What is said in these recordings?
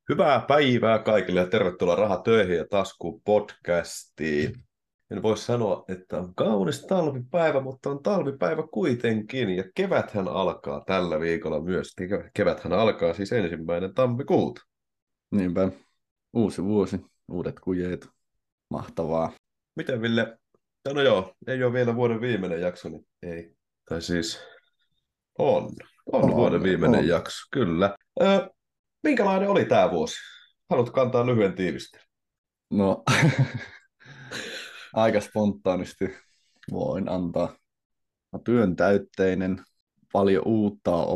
Hyvää päivää kaikille ja tervetuloa Raha töihin ja taskuun podcastiin. En voi sanoa, että on kaunis talvipäivä, mutta on talvipäivä kuitenkin. Ja keväthän alkaa tällä viikolla myös. Keväthän alkaa siis 1. tammikuuta. Niinpä. Uusi vuosi, uudet kujeet. Mahtavaa. Miten Ville? No joo, ei ole vielä vuoden viimeinen jakso, niin ei. Tai siis on. On vuoden viimeinen On. jakso, kyllä. Minkälainen oli tämä vuosi? Haluatko kantaa lyhyen tiivistelyn? No, aika spontaanisti voin antaa. No, työn täytteinen, paljon uutta on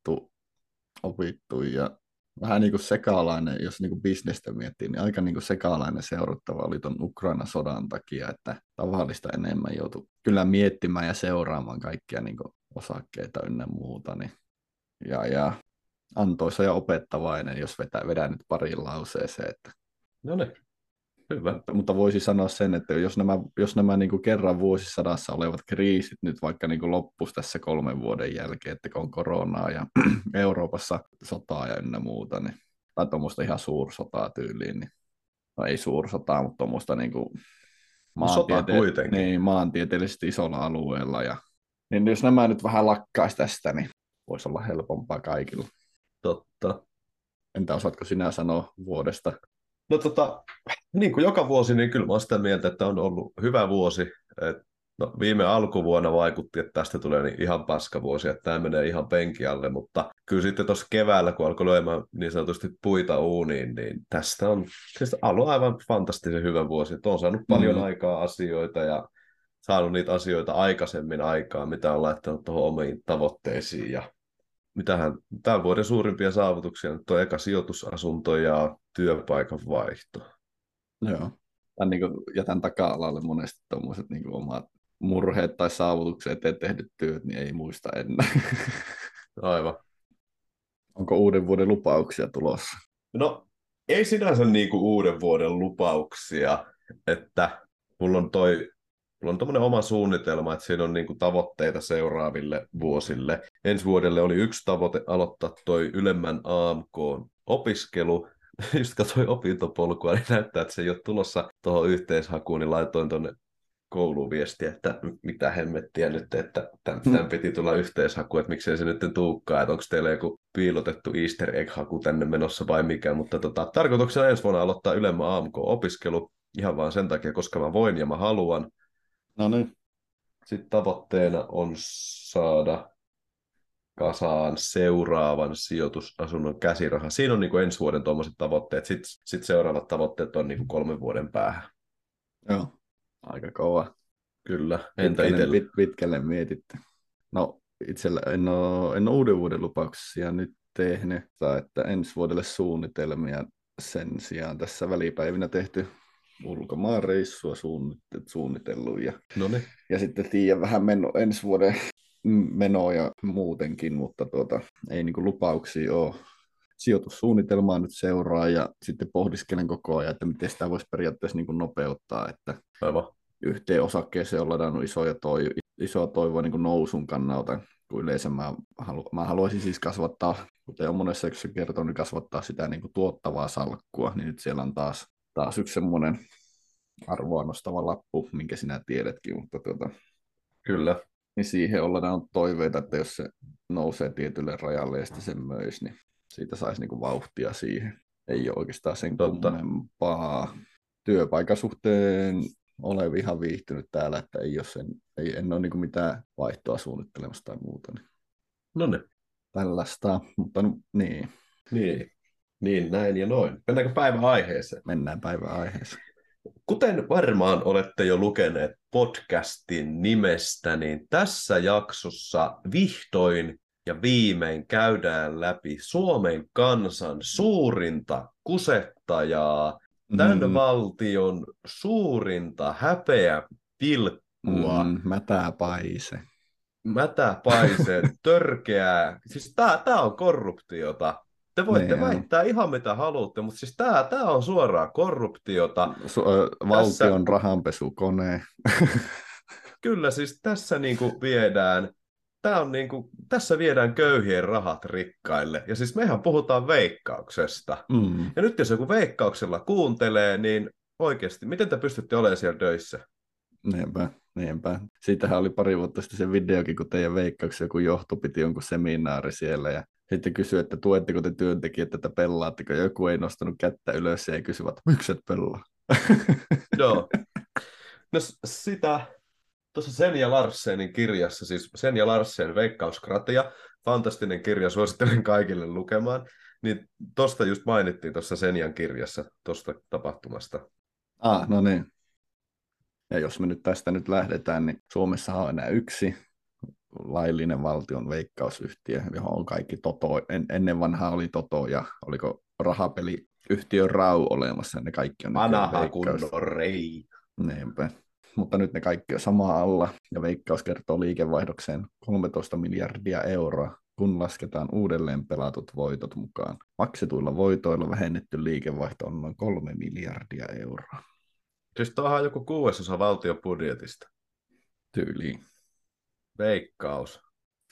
opittu ja vähän niin kuin sekalainen, jos niin kuin bisnestä miettii, niin aika niin kuin sekalainen seurattava oli tuon Ukraina-sodan takia, että tavallista enemmän joutui kyllä miettimään ja seuraamaan kaikkia niin kuin osakkeita ynnä muuta. Niin, ja antoisa ja opettavainen, jos vedän nyt pariin lauseeseen. Että. No niin, hyvä. Mutta voisi sanoa sen, että jos nämä niin kuin kerran vuosisadassa olevat kriisit nyt vaikka niin kuin loppuisi tässä 3 vuoden jälkeen, että kun on koronaa ja Euroopassa sotaa ja ynnä muuta, niin, tai tuommoista ihan suursotaa tyyliin, niin, no ei suursotaa, mutta tuommoista niin kuin Sota kuitenkin. niin, maantieteellisesti isolla alueella. Ja, niin jos nämä nyt vähän lakkaisi tästä, niin voisi olla helpompaa kaikilla. Totta. Entä osaatko sinä sanoa vuodesta? No niin kuin joka vuosi, niin kyllä mä oon sitä mieltä, että on ollut hyvä vuosi. No, viime alkuvuonna vaikutti, että tästä tulee niin ihan paskavuosi, että tämä menee ihan penki alle, mutta kyllä sitten tuossa keväällä, kun alkoi lyömään niin sanotusti puita uuniin, niin tästä on siis ollut aivan fantastisen hyvä vuosi. Että on saanut paljon aikaa asioita ja saanut niitä asioita aikaisemmin aikaan, mitä on laittanut tuohon omiin tavoitteisiin. Ja mitähän tämän vuoden suurimpia saavutuksia nyt on eka sijoitusasunto ja työpaikan vaihto. Joo. Tämän niin jätän taka-alalle monesti tuommoiset niin omat murheet tai saavutukset eteen tehdyt työt, niin ei muista enää. Aivan. Onko uuden vuoden lupauksia tulossa? No, ei sinänsä niin kuin uuden vuoden lupauksia, että mulla on tommoinen oma suunnitelma, että siinä on niin kuin tavoitteita seuraaville vuosille. Ensi vuodelle oli yksi tavoite aloittaa toi ylemmän AMK-opiskelu. Just katsoin opintopolkua, niin näyttää, että se ei ole tulossa tuohon yhteishakuun, niin laitoin tuonne kouluun viestiä, että mitä hemmettiä nyt, että tämän piti tulla yhteishaku, että miksei se nyt tuukkaa, että onko teillä joku piilotettu Easter egg-haku tänne menossa vai mikä, mutta tarkoituksena ensi vuonna aloittaa ylemmän AMK-opiskelu ihan vaan sen takia, koska mä voin ja mä haluan. No niin. Sitten tavoitteena on saada kasaan seuraavan sijoitusasunnon käsiraha. Siinä on niin kuin ensi vuoden tuommoiset tavoitteet. Sitten seuraavat tavoitteet on niin kuin 3 vuoden päähän. Joo, aika kova. Kyllä, entä itsellä? Pitkälle mietitte. No, itsellä en ole uuden vuoden lupauksia nyt tehnyt, että ensi vuodelle suunnitelmia sen sijaan tässä välipäivinä tehty ulkomaanreissua suunnitellut ja sitten tiedän vähän ensi vuoden menoja muutenkin, mutta ei niin kuin lupauksia ole. Sijoitussuunnitelmaa nyt seuraa ja sitten pohdiskelen koko ajan, että miten sitä voisi periaatteessa niin kuin nopeuttaa, että yhteen osakkeeseen on ladannut isoa toivoa niin kuin nousun kannalta, kun yleensä mä haluaisin siis kasvattaa, kuten on monessa yksi kertonut, niin kasvattaa sitä niin kuin tuottavaa salkkua, niin nyt siellä on taas yksi semmoinen arvoa nostava lappu, minkä sinä tiedätkin, mutta Kyllä. Niin siihen on toiveita, että jos se nousee tietylle rajalle ja sitten sen möisi, niin siitä saisi niinku vauhtia siihen. Ei ole oikeastaan sen kummempaa. Työpaikan suhteen olen ihan viihtynyt täällä, että en ole niinku mitään vaihtoa suunnittelemassa tai muuta. No ne. Tällaista, mutta niin. Niin, näin ja noin. Mennäänkö päivän aiheeseen? Mennään päivän aiheeseen. Kuten varmaan olette jo lukeneet podcastin nimestä, niin tässä jaksossa vihdoin ja viimein käydään läpi Suomen kansan suurinta kusettajaa, tämän valtion suurinta häpeäpilkkua. Mätäpaise, törkeää. Siis tää on korruptiota. Te voitte väittää ihan mitä haluatte, mutta siis tää on suoraa korruptiota. Valtion rahanpesukone. Kyllä, siis tässä niinku viedään tää on niinku, tässä viedään köyhien rahat rikkaille. Ja siis mehän puhutaan Veikkauksesta. Mm. Ja nyt jos joku Veikkauksella kuuntelee, niin oikeasti, miten te pystytte olemaan siellä töissä? Niinpä. Siitähän oli pari vuotta sitten se videokin, kun teidän Veikkauksen joku johto piti jonkun seminaari siellä ja sitten kysyi, että tuetteko te työntekijät tätä pelaatteko. Joku ei nostanut kättä ylös ja ei kysyvät, miksi et pelaa? Joo. No sitä tuossa Senja Larsenin kirjassa, siis Senja Larsen Veikkauskratia, fantastinen kirja, suosittelen kaikille lukemaan, niin tosta just mainittiin tuossa Senjan kirjassa, tuosta tapahtumasta. No niin. Ja jos me nyt tästä nyt lähdetään, niin Suomessahan on enää yksi laillinen valtion veikkausyhtiö, johon on kaikki Toto. Ennen vanhaa oli Toto ja oliko rahapeliyhtiö Rau olemassa, ne kaikki on Anaha kunnon rei. Niinpä. Mutta nyt ne kaikki on samaa alla, ja Veikkaus kertoo liikevaihdokseen 13 miljardia euroa, kun lasketaan uudelleen pelatut voitot mukaan. Maksetuilla voitoilla vähennetty liikevaihto on noin 3 miljardia euroa. Siis tuohan on joku 1/6 valtion budjetista. Tyyliin. Veikkaus.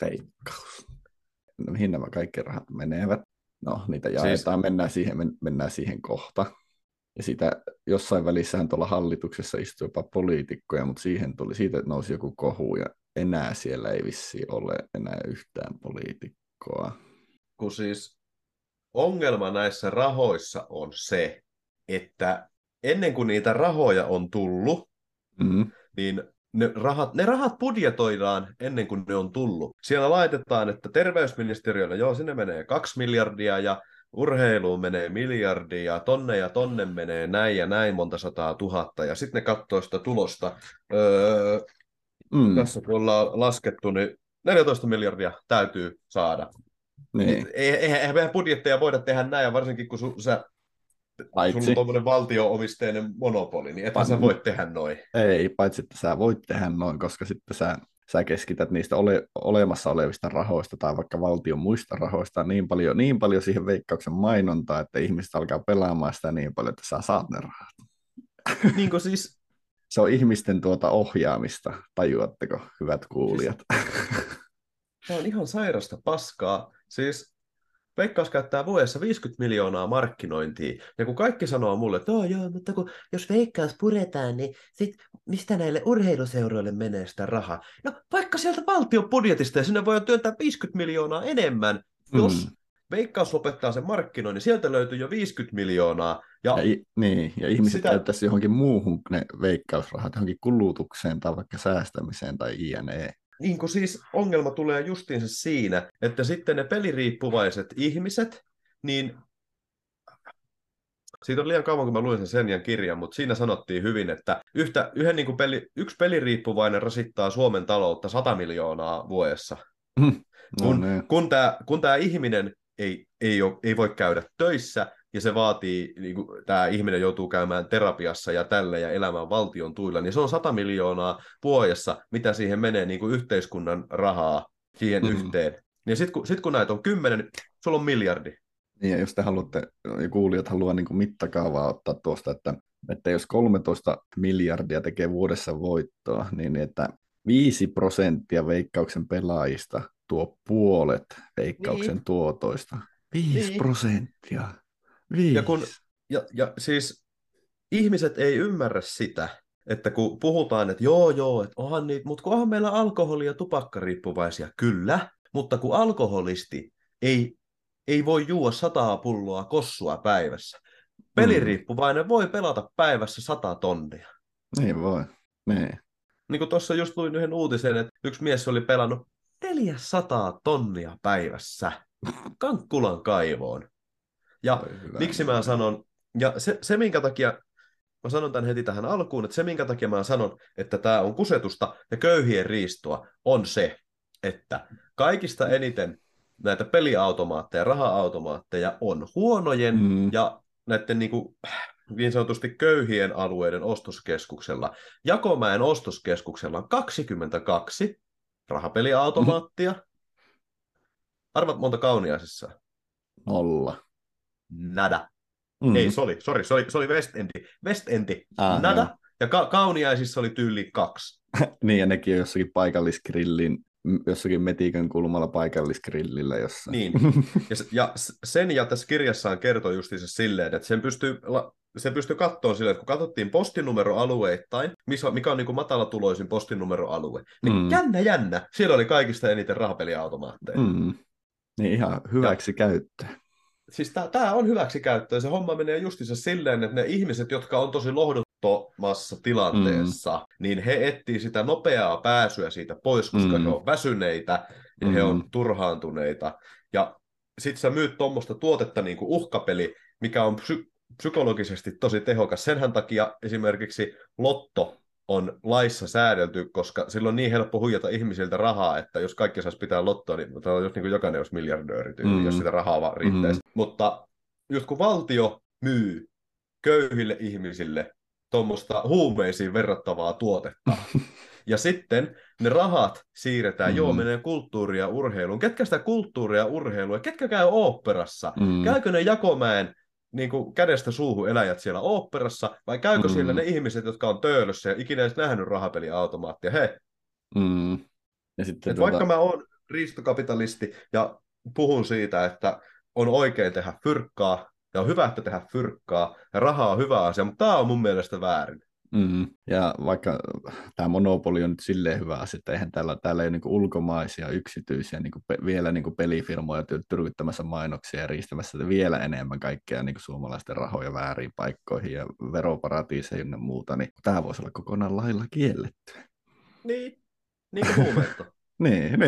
No, mihin nämä kaikki rahat menevät? No, niitä jaetaan, siis mennään siihen kohta. Ja siitä jossain välissähän tuolla hallituksessa istui jopa poliitikkoja, mutta siitä nousi joku kohu, ja enää siellä ei vissiin ole enää yhtään poliitikkoa. Kun siis ongelma näissä rahoissa on se, että ennen kuin niitä rahoja on tullut, niin ne rahat budjetoidaan ennen kuin ne on tullut. Siellä laitetaan, että terveysministeriöllä, sinne menee 2 miljardia ja urheiluun menee miljardia ja tonne menee näin ja näin monta 100 000 ja sitten ne katsoo sitä tulosta. Tässä kun ollaan laskettu, niin 14 miljardia täytyy saada. Niin. Eihän meidän budjetteja voida tehdä näin, ja varsinkin kun sulla on tuommoinen valtio-omisteinen monopoli, niin ethän sä voi tehdä noin. Ei, paitsi että sä voit tehdä noin, koska sitten sä keskität niistä olemassa olevista rahoista tai vaikka valtion muista rahoista niin paljon siihen Veikkauksen mainontaa, että ihmiset alkaa pelaamaan sitä niin paljon, että sä saat ne rahat. Niin kuin siis... Se on ihmisten ohjaamista, tajuatteko, hyvät kuulijat? Tämä on ihan sairasta paskaa. Siis Veikkaus käyttää vuodessa 50 miljoonaa markkinointiin, ja kun kaikki sanoo mulle, että mutta jos Veikkaus puretaan, niin mistä näille urheiluseuroille menee sitä rahaa? No vaikka sieltä valtion budjetista, ja sinne voi työntää 50 miljoonaa enemmän, jos Veikkaus lopettaa sen markkinoinnin, niin sieltä löytyy jo 50 miljoonaa. Ja ihmiset käyttäisi johonkin muuhun ne veikkausrahat, johonkin kulutukseen tai vaikka säästämiseen tai jne. Niin kuin siis ongelma tulee justiinsa siinä, että sitten ne peliriippuvaiset ihmiset, niin siitä on liian kauan, kun mä luin sen Senjan kirjan, mutta siinä sanottiin hyvin, että yksi peliriippuvainen rasittaa Suomen taloutta 100 miljoonaa vuodessa. Kun tämä ihminen ei voi käydä töissä, ja se vaatii, niin tämä ihminen joutuu käymään terapiassa ja tälle ja elämään valtion tuilla, niin se on 100 miljoonaa vuodessa, mitä siihen menee niin kuin yhteiskunnan rahaa siihen yhteen. Ja sitten kun näitä on 10, niin sulla on miljardi. Niin, ja jos te haluatte, ja kuulijat haluaa niin kuin mittakaavaa ottaa tuosta, että jos 13 miljardia tekee vuodessa voittoa, niin että 5% Veikkauksen pelaajista tuo puolet Veikkauksen tuotoista. 5%. 5. Ja siis ihmiset ei ymmärrä sitä, että kun puhutaan, että että onhan meillä alkoholi- ja tupakkariippuvaisia, kyllä, mutta kun alkoholisti ei voi juoda 100 pulloa kossua päivässä. Peliriippuvainen voi pelata päivässä 100 tonnia. Niin voi, Niin kuin tuossa just luin yhden uutisen, että yksi mies oli pelannut 400 tonnia päivässä Kankkulan kaivoon. Ja miksi mä sanon, ja se minkä takia, mä sanon tämän heti tähän alkuun, että se minkä takia mä sanon, että tämä on kusetusta ja köyhien riistoa, on se, että kaikista eniten näitä peliautomaatteja, raha-automaatteja on huonojen ja näiden niin sanotusti köyhien alueiden ostoskeskuksella. Jakomäen ostoskeskuksella on 22 rahapeliautomaattia. Arvat monta Kauniaisissa? 0. Nada. Ei, se oli West Endi. Nada. Ja Kauniaisissa oli tyyli 2. Niin, ja nekin on jossakin paikallisgrillin jossakin Metikan kulmalla paikallisgrillillä jossain. Niin. Sen ja tässä kirjassaan kertoo justiinsa silleen, että se pystyy katsoa silleen, että kun katsottiin postinumeroalueittain, mikä on niin kuin matalatuloisin postinumeroalue, niin jännä, siellä oli kaikista eniten rahapeliautomaatteja. Niin ihan hyväksi käyttöä. Siis tämä on hyväksi käyttöä. Se homma menee justiinsa silleen, että ne ihmiset, jotka on tosi lohduttomassa tilanteessa, niin he etsii sitä nopeaa pääsyä siitä pois, koska he on väsyneitä ja he on turhaantuneita. Ja sit sä myyt tuommoista tuotetta niin kuin uhkapeli, mikä on psykologisesti tosi tehokas. Senhän takia esimerkiksi lotto on laissa säädelty, koska silloin on niin helppo huijata ihmisiltä rahaa, että jos kaikki saisi pitää lottoa, niin jos niin kuin jokainen olisi miljardööri tyyli, jos sitä rahaa vaan riittäisi. Mutta just kun valtio myy köyhille ihmisille tuommoista huumeisiin verrattavaa tuotetta, ja sitten ne rahat siirretään, menee kulttuuria ja urheiluun. Ketkä sitä kulttuuria ja urheilua, ketkä käy oopperassa? Käykö ne Jakomäen niin kuin kädestä suuhun eläjät siellä oopperassa, vai käykö siellä ne ihmiset, jotka on töölössä ja ikinä edes nähnyt rahapeliautomaattia? Ja sitten vaikka mä oon riistokapitalisti ja puhun siitä, että on oikein tehdä fyrkkaa, ja on hyvä, että tehdä fyrkkaa, ja raha on hyvä asia, mutta tämä on mun mielestä väärin. Ja vaikka tämä monopoli on nyt silleen hyvä asia, että eihän täällä ei ole niinku ulkomaisia yksityisiä vielä pelifirmoja tyrkyttämässä mainoksia ja riistämässä vielä enemmän kaikkea suomalaisten rahoja väärin paikkoihin ja veroparatiiseihin ja muuta, niin tämä voisi olla kokonaan lailla kielletty. Niin kuin huumeetta. niin.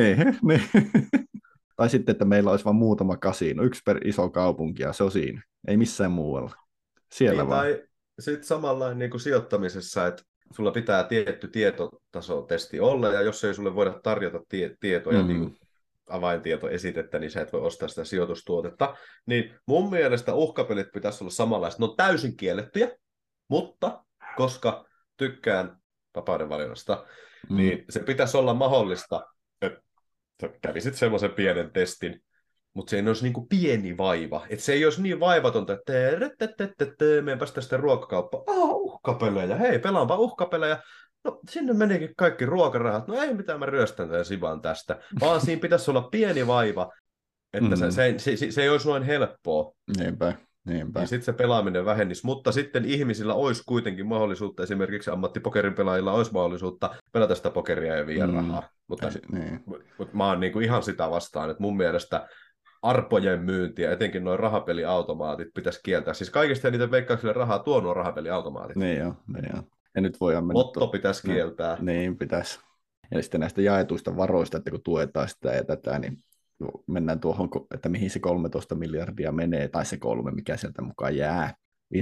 Tai sitten, että meillä olisi vain muutama kasino, yksi per iso kaupunki ja se on siinä, ei missään muualla. Siellä niin, vaan. Tai sitten samanlainen niin kuin sijoittamisessa, että sulla pitää tietty tietotasotesti olla, ja jos ei sulle voida tarjota tietoja, niin kuin avaintietoesitettä, niin sä et voi ostaa sitä sijoitustuotetta. Niin mun mielestä uhkapelit pitäisi olla samanlaiset. Ne on täysin kiellettyjä, mutta koska tykkään vapauden valinnasta, niin se pitäisi olla mahdollista, että sä kävisit semmoisen pienen testin, mutta se ei olisi niin kuin pieni vaiva. Että se ei olisi niin vaivatonta, että meenpäs tästä ruokakauppaan. Uhkapelejä. Hei, pelaanpa uhkapelejä. No, sinne menikin kaikki ruokarahat. No ei mitään, mä ryöstän tämän Sivan tästä. Vaan siinä pitäisi olla pieni vaiva, että se ei olisi noin helppoa. Niinpä. Ja sitten se pelaaminen vähennisi, mutta sitten ihmisillä olisi kuitenkin mahdollisuutta, esimerkiksi ammattipokerin pelaajilla olisi mahdollisuutta pelata sitä pokeria ja viedä rahaa. Mutta mä oon niinku ihan sitä vastaan, että mun mielestä arpojen myyntiä, etenkin nuo rahapeliautomaatit pitäisi kieltää. Siis kaikista eniten Veikkaukselle rahaa tuo nuo rahapeliautomaatit. Niin joo. Ja nyt voidaan mennä Lotto pitäisi kieltää. Niin, pitäisi. Ja sitten näistä jaetuista varoista, että kun tuetaan sitä ja tätä, niin mennään tuohon, että mihin se 13 miljardia menee, tai se 3, mikä sieltä mukaan jää.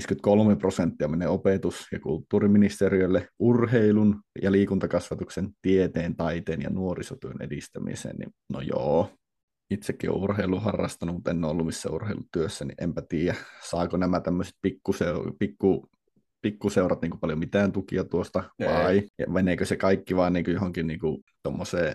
53% menee opetus- ja kulttuuriministeriölle, urheilun ja liikuntakasvatuksen, tieteen, taiteen ja nuorisotyön edistämiseen. Niin, no joo, itsekin olen urheilun harrastanut, mutta en ole ollut missään urheilutyössä, niin enpä tiedä, saako nämä tämmöiset pikkuseurat niin paljon mitään tukia tuosta, vai meneekö se kaikki vaan niin johonkin niin tuommoiseen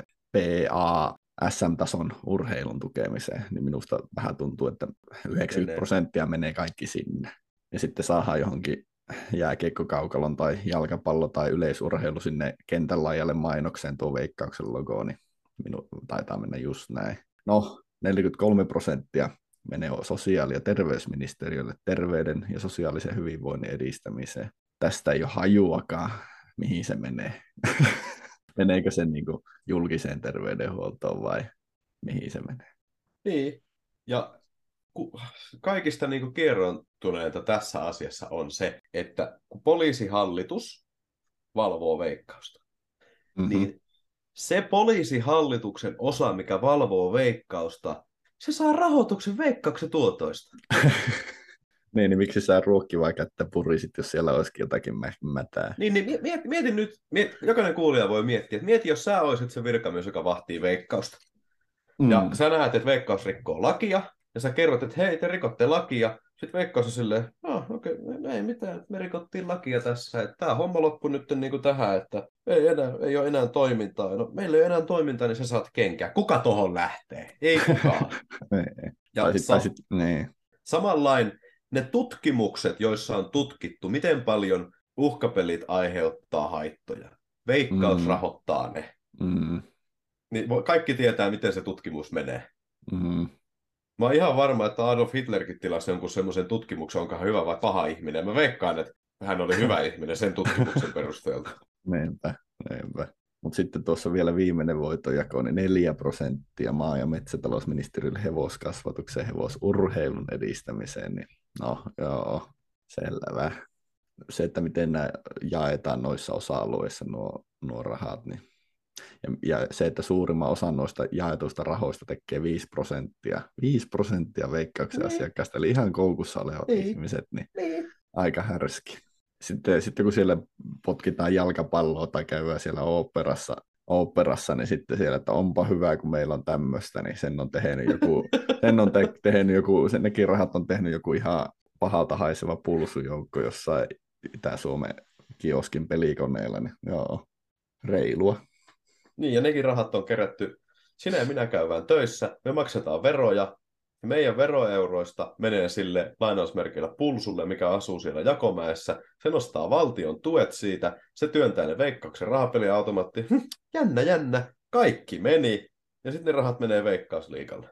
SM-tason urheilun tukemiseen, niin minusta vähän tuntuu, että 90% menee kaikki sinne. Ja sitten saadaan johonkin jääkiekkokaukalon tai jalkapallo tai yleisurheilu sinne kentän laajalle mainokseen tuo Veikkauksen logo, niin taitaa mennä just näin. No, 43% menee sosiaali- ja terveysministeriölle terveyden ja sosiaalisen hyvinvoinnin edistämiseen. Tästä ei ole hajuakaan, mihin se menee. Meneekö se niin kuin julkiseen terveydenhuoltoon vai mihin se menee? Niin, ja kaikista niin kuin kerrontuneita tässä asiassa on se, että kun poliisihallitus valvoo Veikkausta, niin se poliisihallituksen osa, mikä valvoo Veikkausta, se saa rahoituksen Veikkauksen tuotoista. niin, miksi sä ruokkivaa kättä purisit, jos siellä olisikin jotakin mätää? Niin mieti nyt, jokainen kuulija voi miettiä, että mieti, jos sä olisit se virkamies, joka vahtii Veikkausta. Ja sä näet, että Veikkaus rikkoo lakia, ja sä kerrot, että hei, te rikotte lakia. Sitten Veikkaus on silleen, okei, ei mitään, me rikottiin lakia tässä. Että tämä homma loppui nyt niin kuin tähän, että ei ole enää toimintaa. No, meillä ei ole enää toimintaa, niin sä saat kenkää. Kuka tohon lähtee? Ei kukaan. Ja samanlain ne tutkimukset, joissa on tutkittu, miten paljon uhkapelit aiheuttaa haittoja. Veikkaus rahoittaa ne. niin kaikki tietää, miten se tutkimus menee. Mm. Mä oon ihan varma, että Adolf Hitlerkin tilasi jonkun semmoisen tutkimuksen, onko hän hyvä vai paha ihminen. Mä veikkaan, että hän oli hyvä ihminen sen tutkimuksen perusteella. Niinpä. Mutta sitten tuossa vielä viimeinen voitonjako, niin 4% maa- ja metsätalousministeriölle hevoskasvatukseen, hevosurheilun edistämiseen. Niin, no joo, selvä. Se, että miten nämä jaetaan noissa osa-alueissa nuo rahat, niin ja se, että suurimman osan noista jaetuista rahoista tekee 5%. 5% Veikkauksen asiakkaista, eli ihan koukussa olevat ihmiset, niin aika härski. Sitten kun siellä potkitaan jalkapalloa tai käydään siellä oopperassa, niin sitten siellä, että onpa hyvä, kun meillä on tämmöistä, niin sen on tehnyt joku, nekin rahat on tehnyt joku ihan pahalta haiseva pulsujoukko jossain Itä-Suomen kioskin pelikoneella, niin joo, reilua. Niin, ja nekin rahat on kerätty. Sinä ja minä käydään töissä, me maksetaan veroja, ja meidän veroeuroista menee sille lainausmerkillä pulsulle, mikä asuu siellä Jakomäessä. Se nostaa valtion tuet siitä, se työntää ne Veikkauksen rahapeliautomaatti. Jännä, kaikki meni. Ja sitten ne rahat menee Veikkausliigalle.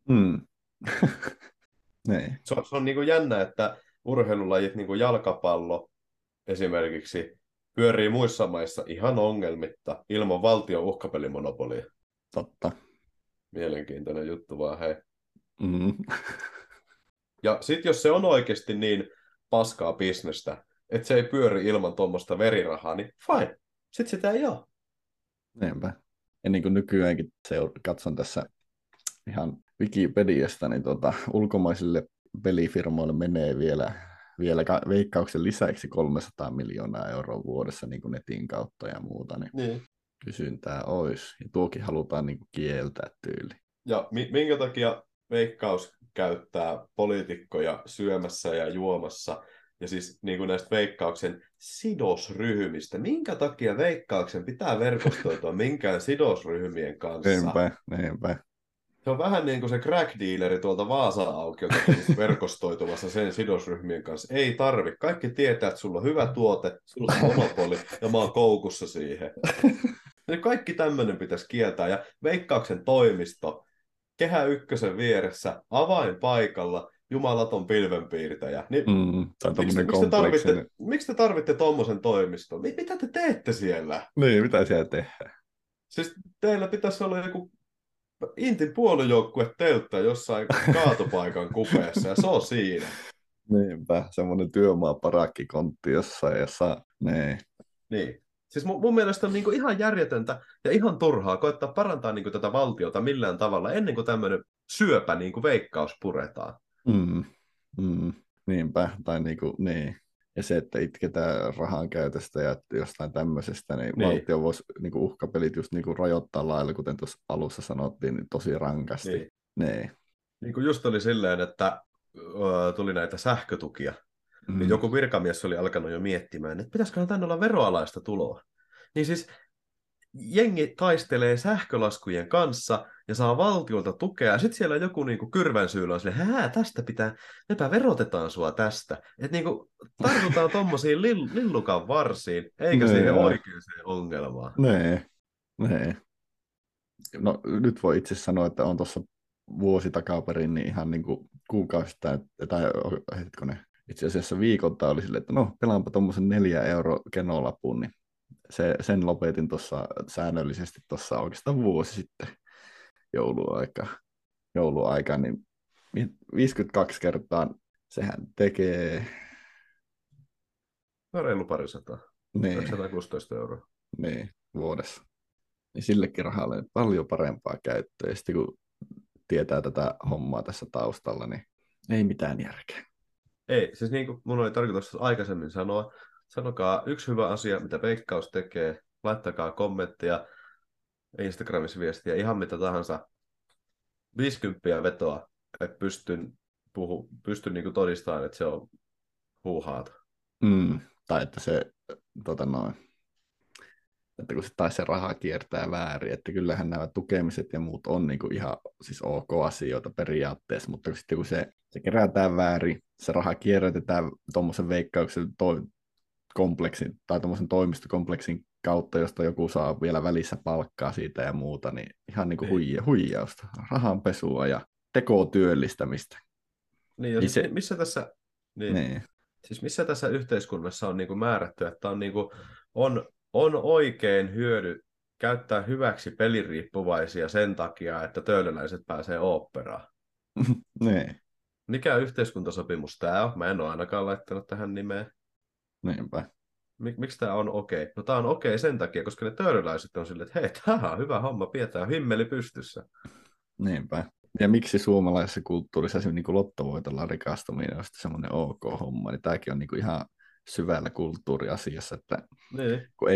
Niin. Se on niin kuin jännä, että urheilulajit, niin kuin jalkapallo esimerkiksi, pyörii muissa maissa ihan ongelmitta ilman valtion uhkapelimonopolia. Totta. Mielenkiintoinen juttu vaan, hei. Mm. Ja sitten jos se on oikeasti niin paskaa bisnestä, että se ei pyöri ilman tuommoista verirahaa, niin fine. Sitten sitä ei ole. Niinpä. Ja niin kuin nykyäänkin katson tässä ihan Wikipediasta, niin ulkomaisille pelifirmoille menee vielä Veikkauksen lisäksi 300 miljoonaa euroa vuodessa niin kuin netin kautta ja muuta, niin kysyntää olisi. Ja tuokin halutaan niin kuin kieltää tyyli. Ja minkä takia Veikkaus käyttää poliitikkoja syömässä ja juomassa, ja siis niin kuin näistä Veikkauksen sidosryhmistä. Minkä takia Veikkauksen pitää verkostoitua minkään sidosryhmien kanssa? Niinpä. Se on vähän niin kuin se crack-dealeri tuolta Vaasa-aukiolta verkostoitumassa sen sidosryhmien kanssa. Ei tarvi. Kaikki tietää, että sulla on hyvä tuote, sulla on monopoli ja mä oon koukussa siihen. Ja kaikki tämmöinen pitäisi kieltää. Ja Veikkauksen toimisto, Kehä Ykkösen vieressä, avainpaikalla, jumalaton pilvenpiirtäjä. Niin miksi te tarvitte tommosen toimiston? Mitä te teette siellä? Niin, mitä siellä tehdään? Siis teillä pitäisi olla joku Intin puolujoukkue teltta jossain kaatopaikan kupeessa, ja se on siinä. Niinpä, semmoinen työmaaparakkikontti jossain, jossa Niin. Siis mun mielestä on niinku ihan järjetöntä ja ihan turhaa koettaa parantaa niinku tätä valtiota millään tavalla ennen kuin tämmöinen syöpä niinku Veikkaus puretaan. Niinpä, tai niin. Ja se, että itketään rahan käytöstä ja jostain tämmöisestä, niin valtio voisi niin uhkapelit just niin rajoittaa lailla, kuten tuossa alussa sanottiin, niin tosi rankasti. Niin kuin just oli silleen, että tuli näitä sähkötukia, niin joku virkamies oli alkanut jo miettimään, että pitäisiköhän tänne olla veroalaista tuloa. Niin siis jengi taistelee sähkölaskujen kanssa ja saa valtiolta tukea. Ja sitten siellä joku niinku kyrvänsyylä on silleen, tästä pitää, mepä verotetaan sua tästä. Että niinku tartutaan tommosiin lillukan varsiin, eikä siihen oikeaan ongelmaan. No nyt voi itse sanoa, että on tuossa vuosi takaperin niin ihan niinku kuukausittain, tai itse asiassa viikolta oli silleen, että no pelaanpa tuommoisen 4 € kenolapun, niin sen lopetin tuossa säännöllisesti tuossa oikeastaan vuosi sitten jouluaika, niin 52 kertaa sehän tekee... Reilu parisataa. Niin. 116 €. Niin, vuodessa. Niin sillekin rahalle paljon parempaa käyttöä. Ja sitten kun tietää tätä hommaa tässä taustalla, niin ei mitään järkeä. Ei, siis niin kuin mun oli tarkoitus aikaisemmin sanoa, sanokaa yksi hyvä asia, mitä Veikkaus tekee, laittakaa kommenttia, Instagramissa viestiä, ihan mitä tahansa. 50 vetoa, että pystyn niin kuin todistamaan, että se on huuhaata. Tai että se, että kun se taisi se raha kiertää väärin, että kyllähän nämä tukemiset ja muut on niin kuin ihan siis ok asioita periaatteessa, mutta sitten kun se kerätään väärin, se raha kierrätetään tuommoisen Veikkauksen kompleksin tai tuommoisen toimistokompleksin kautta, josta joku saa vielä välissä palkkaa siitä ja muuta, niin ihan niin kuin Niin. huijausta, rahanpesua ja tekotyöllistämistä. Niin, ja Ei siis se, niin. niin. Siis missä tässä yhteiskunnassa on niin kuin määrätty, että on, niin kuin, on oikein käyttää hyväksi peliriippuvaisia sen takia, että töölöläiset pääsee oopperaan. niin, Mikä yhteiskuntasopimus tämä on? Mä en ole ainakaan laittanut tähän nimeen. niinpä. Miksi tämä on okei? No tämä on okei sen takia, koska ne töölöläiset on silleen, että hei, tämä on hyvä homma, pidetään himmeli pystyssä. Niinpä. Ja miksi suomalaisessa kulttuurissa se niin kuin lottovoitolla rikastuminen on sitten semmoinen ok homma, niin tämäkin on niin kuin ihan syvällä kulttuuriasiassa, että Niin. kun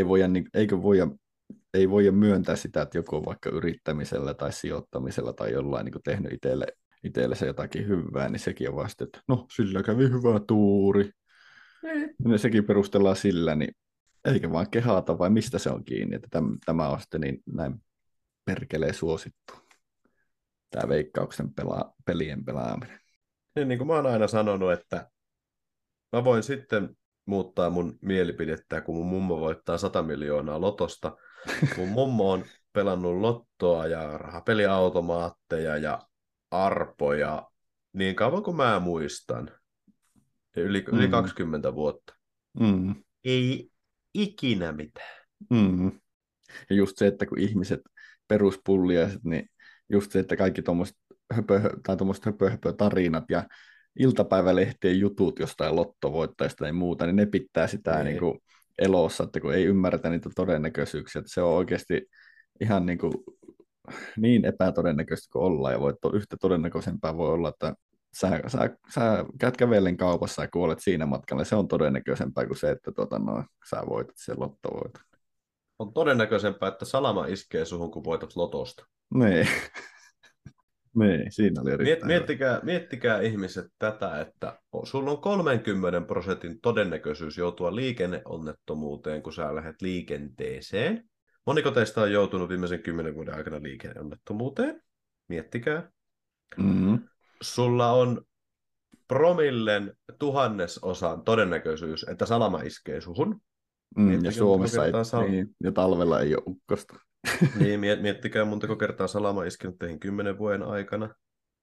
ei voida myöntää sitä, että joku on vaikka yrittämisellä tai sijoittamisella tai jollain niin kuin tehnyt itselle se jotakin hyvää, niin sekin on vasta, että no, sillä kävi hyvä tuuri. Niin. Ja sekin perustellaan sillä, niin eikä vaan kehata, vai mistä se on kiinni, että tämä on sitten niin näin perkeleen suosittu, tämä Veikkauksen pelien pelaaminen. Niin kuin mä oon aina sanonut, että mä voin sitten muuttaa mun mielipidettä, kun mun mummo voittaa 100 miljoonaa lotosta. Mun mummo on pelannut lottoa ja rahapeliautomaatteja ja arpoja niin kauan kuin mä muistan. Yli 20 vuotta. Mm. Ei ikinä mitään. Mm. Ja just se, että kun ihmiset peruspulliaiset, niin just se, että kaikki tuommoiset tarinat ja iltapäivälehtien jutut jostain lottovoittajista ja muuta, niin ne pitää sitä niin kuin elossa, että kun ei ymmärretä niitä todennäköisyyksiä, että se on oikeasti ihan niin epätodennäköistä kuin ollaan, ja yhtä todennäköisempää voi olla, että sä käyt kävellen kaupassa ja kuolet siinä matkalla, se on todennäköisempää kuin se, että sä voitat sen lottovoiton. On todennäköisempää, että salama iskee suhun, kun voitat lotosta. Niin. Niin, siinä oli erittäin Miettikää ihmiset tätä, että sulla on 30% todennäköisyys joutua liikenneonnettomuuteen, kun sä lähdet liikenteeseen. Moniko teistä on joutunut viimeisen 10 vuoden aikana liikenneonnettomuuteen? Miettikää. Mm-hmm. Sulla on promillen 1000% todennäköisyys, että salama iskee suhun. Ja Suomessa ja talvella ei ole ukkosta. Niin, miettikää montako kertaa salama iskenyt teihin 10 vuoden aikana.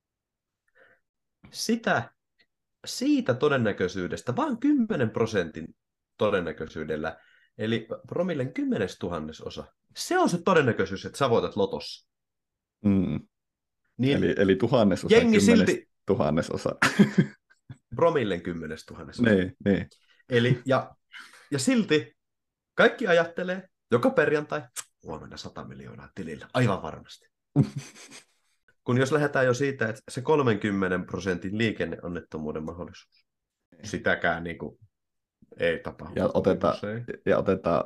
Siitä todennäköisyydestä, vain 10% todennäköisyydellä, eli promillen 10/1000. Se on se todennäköisyys, että sä voitat lotossa. Mm. Niin eli 1000, jengi 10,000. Promillen 10/1000. Niin. Eli, ja silti kaikki ajattelee joka perjantai, huomenna 100 miljoonaa tilillä, aivan varmasti. Kun jos lähdetään jo siitä, että se 30% liikenneonnettomuuden mahdollisuus, sitäkään ei tapahdu. Ja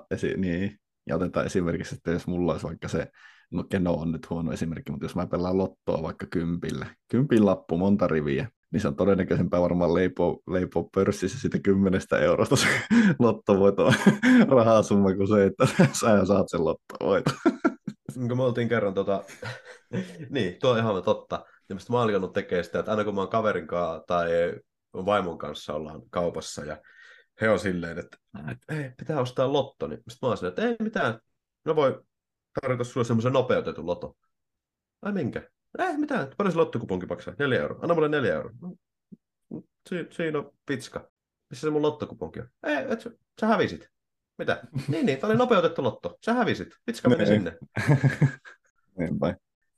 otetaan esimerkiksi, että jos mulla olisi vaikka se, no Keno on nyt huono esimerkki, mutta jos mä pelaan lottoa vaikka 10 lappu, monta riviä, niin se on todennäköisempää varmaan leipoa pörssissä siitä 10 eurosta se lottovoiton rahasumma kuin se, että sä saat sen lottovoiton. Kun me oltiin kerran niin, tuo on ihan totta. Ja mistä mä oon alkanut tekemään sitä, että aina kun mä oon kaverin kanssa tai vaimon kanssa ollaan kaupassa ja he on silleen, että ei, pitää ostaa lotto, niin sitten mä oon silleen, että ei mitään, no voi tarjota sulle semmoisen nopeutetun loto. Ai minkä? Ei mitään, paljon se lottokuponki maksaa? 4 euroa. Anna mulle 4 euroa. Siinä on pitska. Missä se mun lottokuponki on? Ei, sä hävisit. Mitä? Niin, tää oli nopeutettu lotto. Sä hävisit. Pitska meni sinne. Niinpä.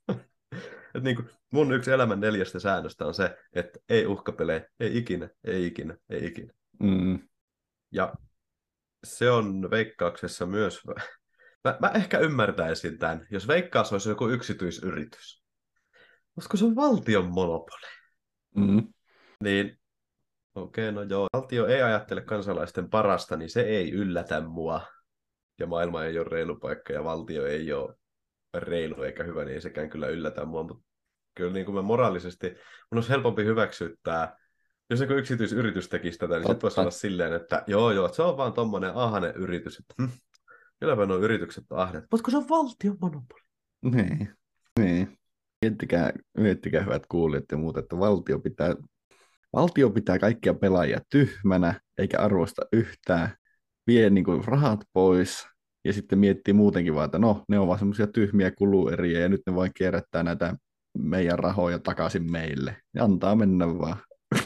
Et niin kuin mun yksi elämän 4 säännöstä on se, että ei uhkapelejä, ei ikinä, ei ikinä, ei ikinä. Mm. Ja se on Veikkauksessa myös. Mä ehkä ymmärtäisin tämän, jos Veikkaus olisi joku yksityisyritys. Koska se on valtion monopoli. Mm. Niin, okei, no joo. Valtio ei ajattele kansalaisten parasta, niin se ei yllätä mua. Ja maailma ei ole reilu paikka ja valtio ei ole reilu eikä hyvä, niin ei sekään kyllä yllätä mua. Mutta kyllä niin kuin mä moraalisesti, mun olisi helpompi hyväksyä tämä. Jos joku yksityisyritys tekisi tätä, niin sitten voisi olla silleen, että joo, että se on vaan tommonen ahne yritys. Kylläpä nuo yritykset on ahneet. Mutta kun se on valtion monopoli. Niin. Miettikää hyvät kuulijat ja muut, että valtio pitää kaikkia pelaajia tyhmänä, eikä arvosta yhtään, vie niin kuin rahat pois, Ja sitten miettii muutenkin vaan, että no, ne on vaan semmoisia tyhmiä kulueriä ja nyt ne vain kierrättää näitä meidän rahoja takaisin meille. Ja antaa mennä vaan.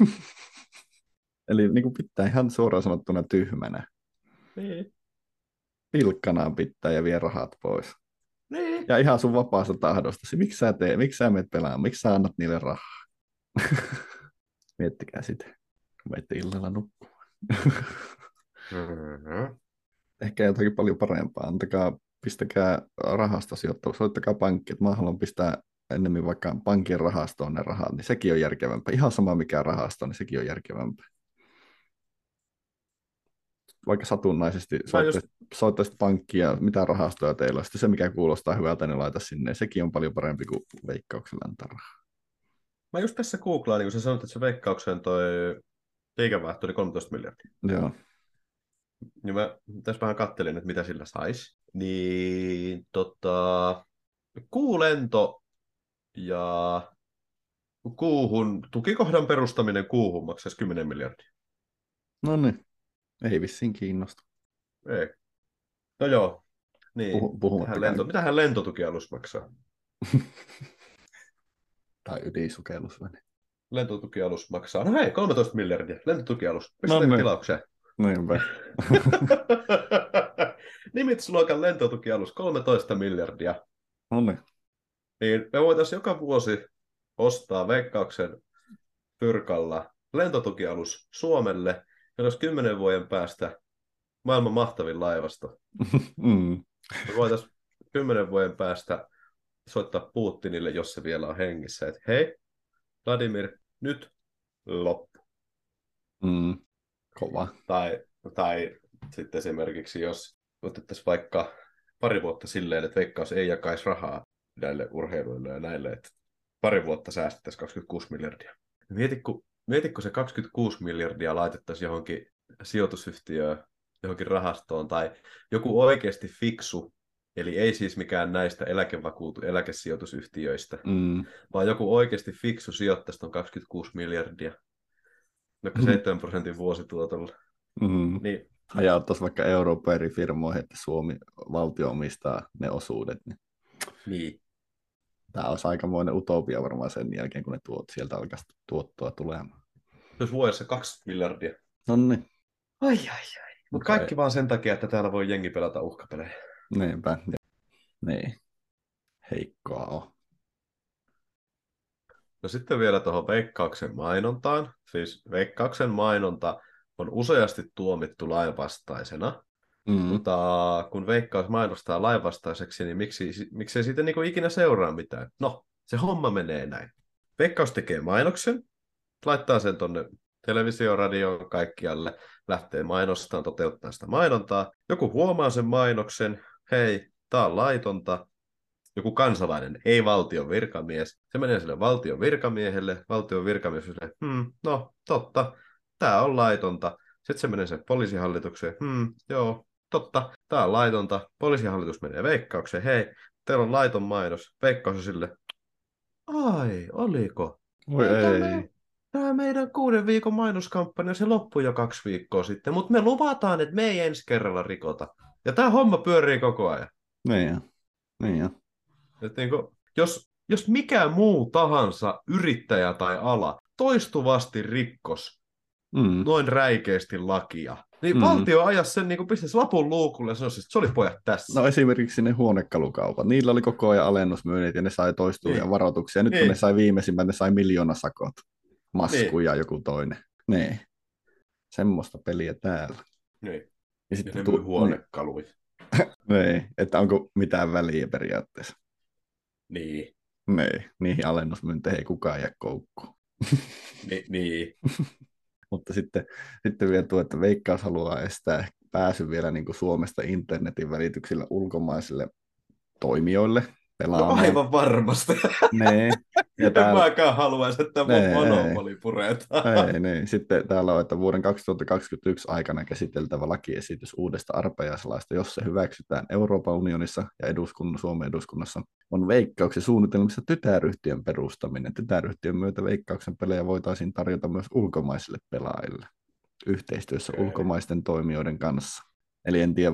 Eli niin kuin pitää ihan suoraan sanottuna tyhmänä. Niin. Pilkkanaan pitää ja vie rahat pois. Niin. Ja ihan sun vapaasta tahdosta. Miksi sä teet? Miksi sä menet pelaamaan? Miksi sä annat niille rahaa? Miettikää sitä, kun menette illalla nukkumaan. Mm-hmm. Ehkä jotakin paljon parempaa. Antakaa, pistäkää rahasta sijoittaa. Soittakaa pankki, että mä haluan pistää ennemmin vaikka pankin rahastoon ne rahat, niin sekin on järkevämpää. Ihan sama mikä rahasto, niin sekin on järkevämpää. Vaikka satunnaisesti soittaisit pankkia, mitä rahastoja teillä on, sitten se mikä kuulostaa hyvältä, niin laita sinne. Sekin on paljon parempi kuin Veikkauksella antaa rahaa. Mä just tässä googlaan, niin kun sä sanoit, että se Veikkauksen toi liikevaihto oli 13 miljardia. Joo. Niin mä tässä vähän kattelin, että mitä sillä saisi. Niin kuulento ja tukikohdan perustaminen kuuhun maksaisi 10 miljardia. No niin, ei vissiin kiinnosta. Ei. No joo. Niin. Puhumattakaan. Mitähän lentotukialus maksaa? Tai ydinsukellusvene. Lentotukialus maksaa. No hei, 13 miljardia. Lentotukialus. No Pistetäänkö niin. tilaukseen? Niinpä. Nimitysluokan lentotukialus 13 miljardia. No niin. Niin me voitaisiin joka vuosi ostaa Veikkauksen pyrkalla lentotukialus Suomelle, ja olisi 10 vuoden päästä maailman mahtavin laivasto. Mm. Me voitaisiin 10 vuoden päästä soittaa Putinille, jos se vielä on hengissä, että hei, Vladimir, nyt loppu. Mm. Kova. Tai sitten esimerkiksi, jos otettaisiin vaikka pari vuotta silleen, että Veikkaus ei jakaisi rahaa näille urheiluille ja näille, että pari vuotta säästettäisiin 26 miljardia. Mieti, kun se 26 miljardia laitettaisiin johonkin sijoitusyhtiöön, johonkin rahastoon, tai joku oikeasti fiksu, eli ei siis mikään näistä eläkesijoitusyhtiöistä, vaan joku oikeasti fiksu sijoittaisi tuon 26 miljardia, vaikka 7% vuosituotolla. Niin. Hajauttaisi vaikka Euroopan eri firmoihin, että Suomi valtio omistaa ne osuudet. Niin. Tämä olisi aikamoinen utopia varmaan sen jälkeen, kun ne sieltä alkaisi tuottoa tulemaan. Jos vuodessa 2 miljardia. Nonni. Ai. Mutta kaikki vaan sen takia, että täällä voi jengi pelata uhkapelejä. Niinpä. Niin. Heikkoa on. No sitten vielä tuohon Veikkauksen mainontaan. Siis Veikkauksen mainonta on useasti tuomittu lainvastaisena. Mutta kun Veikkaus mainostaa lainvastaiseksi, niin miksei siitä niinku ikinä seuraa mitään? No, se homma menee näin. Veikkaus tekee mainoksen, laittaa sen tonne televisioon, radioon, kaikkialle, lähtee mainostamaan, toteuttaa sitä mainontaa. Joku huomaa sen mainoksen, hei, tää on laitonta. Joku kansalainen, ei valtion virkamies. Se menee sille valtion virkamiehelle, valtion virkamies sille, no totta, tää on laitonta. Sitten se menee sen poliisihallitukseen, joo, totta, tää on laitonta. Poliisihallitus menee Veikkaukseen, hei, teillä on laiton mainos. Veikkaus on sille, ai, oliko? Voi ei. Tämä meidän 6 viikon mainoskampanja, se loppui jo 2 viikkoa sitten, mutta me luvataan, että me ei ensi kerralla rikota. Ja tämä homma pyörii koko ajan. Niin jo. Että niin kuin, jos mikä muu tahansa yrittäjä tai ala toistuvasti rikkos noin räikeästi lakia, niin valtio ajaisi sen, niin pistäisi lapun luukulle ja sanoisi, että se oli pojat tässä. No esimerkiksi ne huonekalukaupat. Niillä oli koko ajan alennusmyynnit ja ne sai toistuvia varoituksia. Nyt kun ne sai viimeisimmät, ne sai miljoonasakot. Maskuja joku toinen. Niin. Semmoista peliä täällä. Niin. Ja sitten ne huonekaluja. Niin, että onko mitään väliä periaatteessa. Niin. Niin, niihin alennusmyynteihin ei kukaan jää koukkuun. Niin. Mutta sitten vielä tuo, että Veikkaus haluaa estää pääsy vielä niin kuin Suomesta internetin välityksillä ulkomaisille toimijoille pelaamaan. No aivan varmasti. Nee. Ja en mäkään haluaisi, että monopoli puretaan. Niin. Sitten täällä on, että vuoden 2021 aikana käsiteltävä lakiesitys uudesta arpajaislaista, jos se hyväksytään Euroopan unionissa ja Suomen eduskunnassa, on Veikkauksen suunnitelmissa tytäryhtiön perustaminen. Tytäryhtiön myötä Veikkauksen pelejä voitaisiin tarjota myös ulkomaisille pelaajille yhteistyössä ulkomaisten toimijoiden kanssa. Eli en tiedä,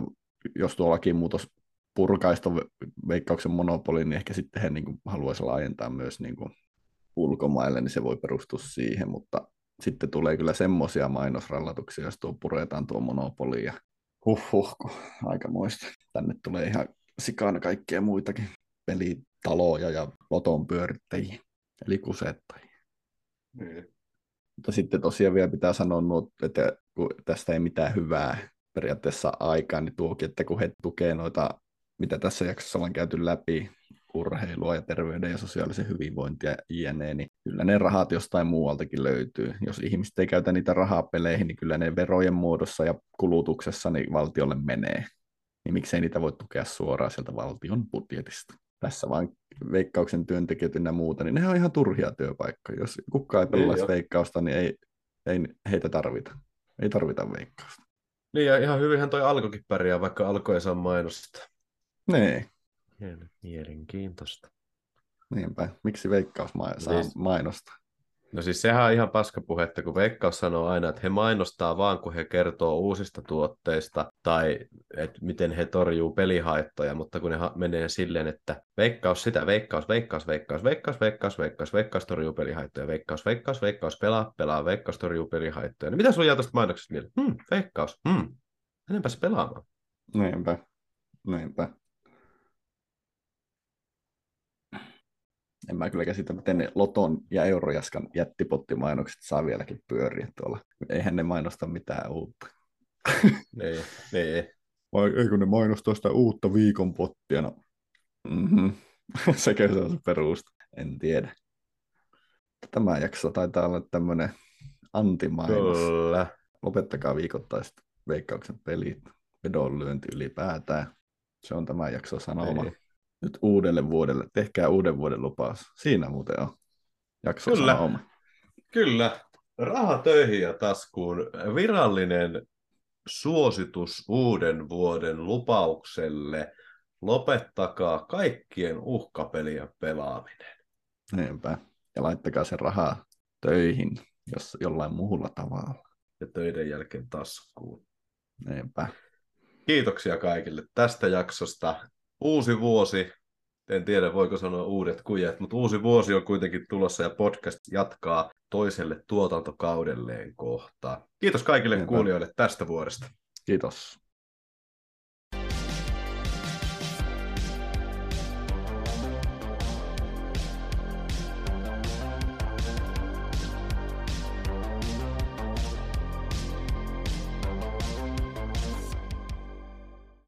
jos tuo lakimuutos purkaisi ton Veikkauksen monopolin, niin ehkä sitten he niin kuin haluaisi laajentaa myös niin kuin ulkomaille, niin se voi perustua siihen, mutta sitten tulee kyllä semmoisia mainosrallatuksia, jos tuo puretaan tuo monopoli ja aikamoista. Tänne tulee ihan sikana kaikkea muitakin pelitaloja ja loton pyörittäjiä, eli kusettajia. Mutta sitten tosiaan vielä pitää sanoa, että kun tästä ei mitään hyvää periaatteessa aikaa, niin tuokin, että kun he tukee noita, mitä tässä jaksossa ollaan käyty läpi, urheilua ja terveyden ja sosiaalisen hyvinvointia jne, niin kyllä ne rahat jostain muualtakin löytyy. Jos ihmiset ei käytä niitä rahaa peleihin, niin kyllä ne verojen muodossa ja kulutuksessa niin valtiolle menee. Niin miksei niitä voi tukea suoraan sieltä valtion budjetista. Tässä vaan Veikkauksen työntekijät ja muuta, niin ne on ihan turhia työpaikkoja. Jos kukaan ei pelaisi Veikkausta, niin ei heitä tarvita. Ei tarvita Veikkausta. Niin, ja ihan hyvinhän toi Alkokin pärjää, vaikka Alko ei saa mainosta. Nee. Mielenkiintoista. Niinpä. Miksi Veikkaus saa mainosta? No siis sehän on ihan paskapuhetta, kun Veikkaus sanoo aina, että he mainostaa vaan, kun he kertoo uusista tuotteista tai että miten he torjuu pelihaittoja, mutta kun ne menee silleen, että Veikkaus sitä, Veikkaus torjuu pelihaittoja, Veikkaus pelaa, Veikkaus torjuu pelihaittoja. No mitä sulla jää tuosta mainoksesta mieleen? Veikkaus, enempää pelaamaan. Niinpä. En mä kyllä käsitä, miten ne Loton ja Eurojaskan jättipottimainokset saa vieläkin pyöriä tuolla. Eihän ne mainosta mitään uutta. Nee. Vai eikö ne mainosta sitä uutta viikonpottia? No. Sekä se on se perusta. En tiedä. Tämä jakso taitaa olla tämmöinen antimainos. Kyllä. Lopettakaa viikoittaiset Veikkauksen pelit. Vedonlyönti ylipäätään. Se on tämä jakso sanoma. Nyt uudelle vuodelle. Tehkää uuden vuoden lupaus. Siinä muuten on jakso sanoma. Kyllä. Raha töihin ja taskuun. Virallinen suositus uuden vuoden lupaukselle. Lopettakaa kaikkien uhkapelien pelaaminen. Niinpä. Ja laittakaa se rahaa töihin, jos jollain muulla tavalla. Ja töiden jälkeen taskuun. Niinpä. Kiitoksia kaikille tästä jaksosta. Uusi vuosi. En tiedä, voiko sanoa uudet kujet, mutta uusi vuosi on kuitenkin tulossa ja podcast jatkaa toiselle tuotantokaudelleen kohta. Kiitos kaikille kuulijoille tästä vuodesta. Kiitos.